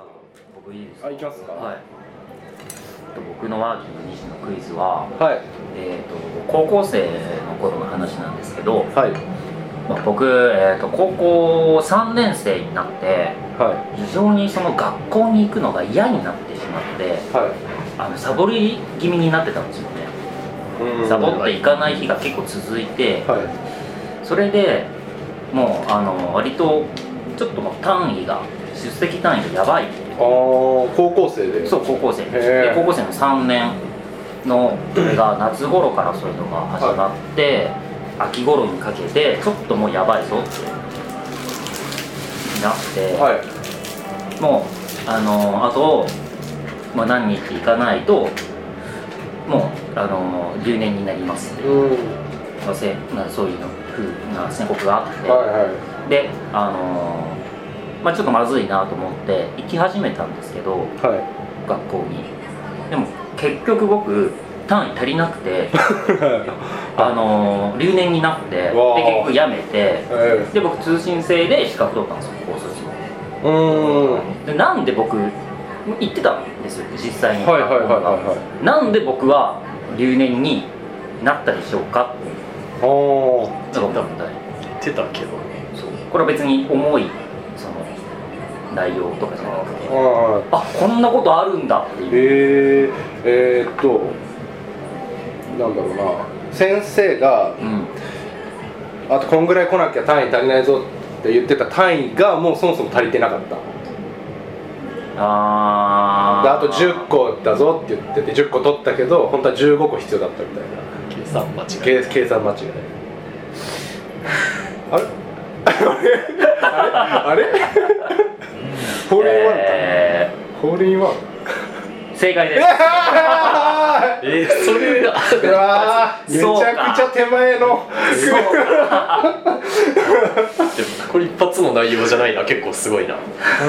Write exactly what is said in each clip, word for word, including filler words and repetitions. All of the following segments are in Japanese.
あ僕いいですか。 あ、いきますか。 はい。僕のワーキングにじのクイズは、 はい。 えー、と高校生の頃の話なんですけど、 はい。 まあ、僕、えー、と高校さんねん生になっては非常にその学校に行くのが嫌になってしまって、 い。はあのサボり気味になってたんですよね。 い。 サボって行かない日が結構続いて、 はい。 それでもうあの割とちょっともう単位が出席単位がやばい。 ああ、高校生で。 そう高校生へでー高校生のさんねんのそれが夏頃からそういうのが始まって、秋頃にかけてちょっともうやばいぞってなって、 はい。 もうあのあと、まあ、何日行かないともうあの留年になりますって、 うん。 まあせまあそういうの風な宣告があって、 はいはであのまあちょっとまずいなと思って行き始めたんですけど、 い。は学校に。でも結局僕単位足りなくてあの留年になって、で結わー局辞めて、 えで僕通信制で資格取ったんですよ、高卒え。うーん。 でなんで僕行ってたんですよ実際に。 はいはいはいはいはなんで僕は留年になったでしょうかってい。ああ。 のが問題。 言ってたけどね。 そうこれは別に重いその内容とかじゃなくて、 ああ。 あこんなことあるんだっていう。 えー、えー、っとなんだろうな、先生がうんあとこんぐらい来なきゃ単位足りないぞって言ってた単位がもうそもそも足りてなかった。 あーであとじゅっこだぞって言っててじゅっこ取ったけど本当はじゅうごこ必要だったみたいな計算間違い。 計計算間違い。あれあれあれホールインワンか、 えホールインワンー正解です。 えー、それがうわーめちゃくちゃ手前のでもこれ一発の内容じゃないな、結構すごいな。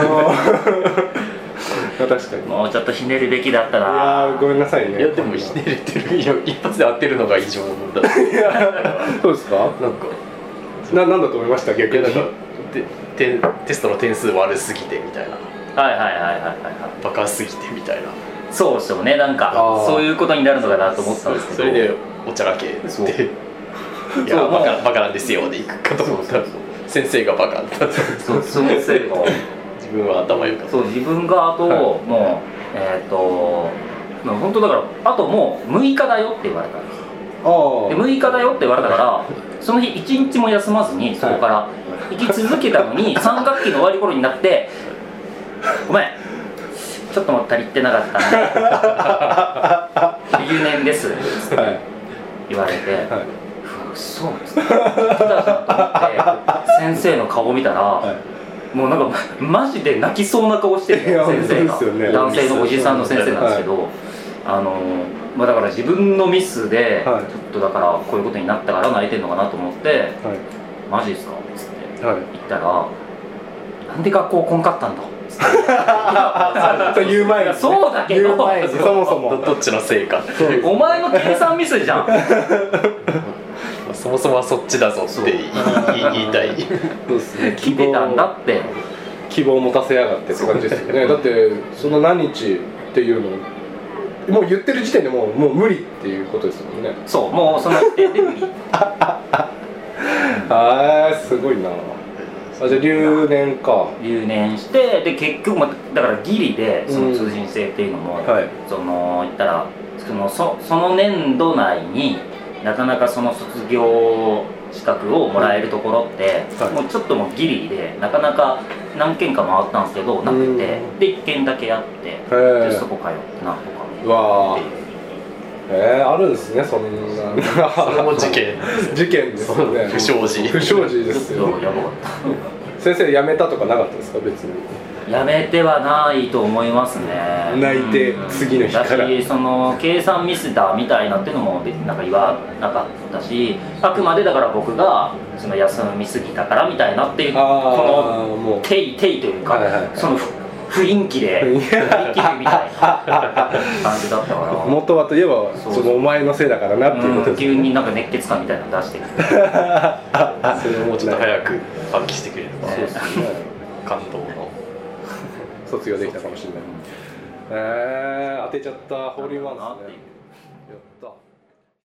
確かに。 もうちょっとひねるべきだったな。 いやーごめんなさいね。 いやでもひねれてる、いや一発で当てるのが異常だ。 いやそうですか。 なんかななんだと思いました逆に。 いやなんかでテテストの点数悪すぎてみたいな、 はいはいはいはいはいはい。 バカすぎてみたいな。 そうですよね、なんかあーそういうことになるのかなと思ったんですけど、 それでおちゃらけってそういやそうバカバカなんですよでいくかと思ったらそう先生がバカだった。 そう先生が自分は頭良かった。 そう自分があと、 はいもうえっ、とまあ本当だからあともうむいかだよって言われたんですよ。 あでむいかだよって言われたからその日いちにちも休まずにそこから行き続けたのにさん学期の終わり頃になって「ごめんちょっとも足りてなかったんで留年です」ってはい言われてはい 「そう」っつって「来たじゃん」と思って先生の顔を見たら、 はいもうなんかマジで泣きそうな顔してていや先生が、 本当ですよね男性のおじさんの先生なんですけど、あのまあ、だから自分のミスでちょはいっとだからこういうことになったから泣いてんのかなと思ってはい 「マジですか?」っつってはい言ったら「なんで学校来んかったんだ」っつってそう言う前にねそうだけど言う前にそもそもどどっちのせいか。 お前の計算ミスじゃん。 そもそもはそっちだぞって言い言いたい。 そうですね来てたんだって。 希望を持たせやがってって感じですよね。だってその何日っていうのもう言ってる時点でもうもう無理っていうことですもんね。 そうもうその時点で無理。 あーすごいなあ。じゃあ留年か。 留年してで結局もだからギリでその通信制っていうのも、 はいその言ったらその そ, その年度内になかなかその卒業資格をもらえるところって、 はいもうちょっともうギリでなかなか何件か回ったんですけどなくて、 うんでいっけんだけあってへーでそこ通ってなんとかうわーえー、あるんですねそんなそれも事件。 事件ですよね。 不祥事不祥事ですよちょっとやばかった先生辞めたとかなかったですか別に。 やめてはないと思いますね。 泣いてうん次の日からだしその計算ミスだみたいなっていうのも別になんか言わなかったし、あくまでだから僕がその休みすぎたからみたいなっていうこあーのもうていていというか、 はいはいはいその雰囲気でいや生きるみたいな感じだったから元はといえばそうそのお前のせいだからなっていうことうんですよね。 急になんか熱血感みたいなの出してきてそれをもうちょっと早く発揮してくれれば。 そうですね感動の。 卒業できたかもしれない。えー、当てちゃったホールインワンですね。 なっていうやった。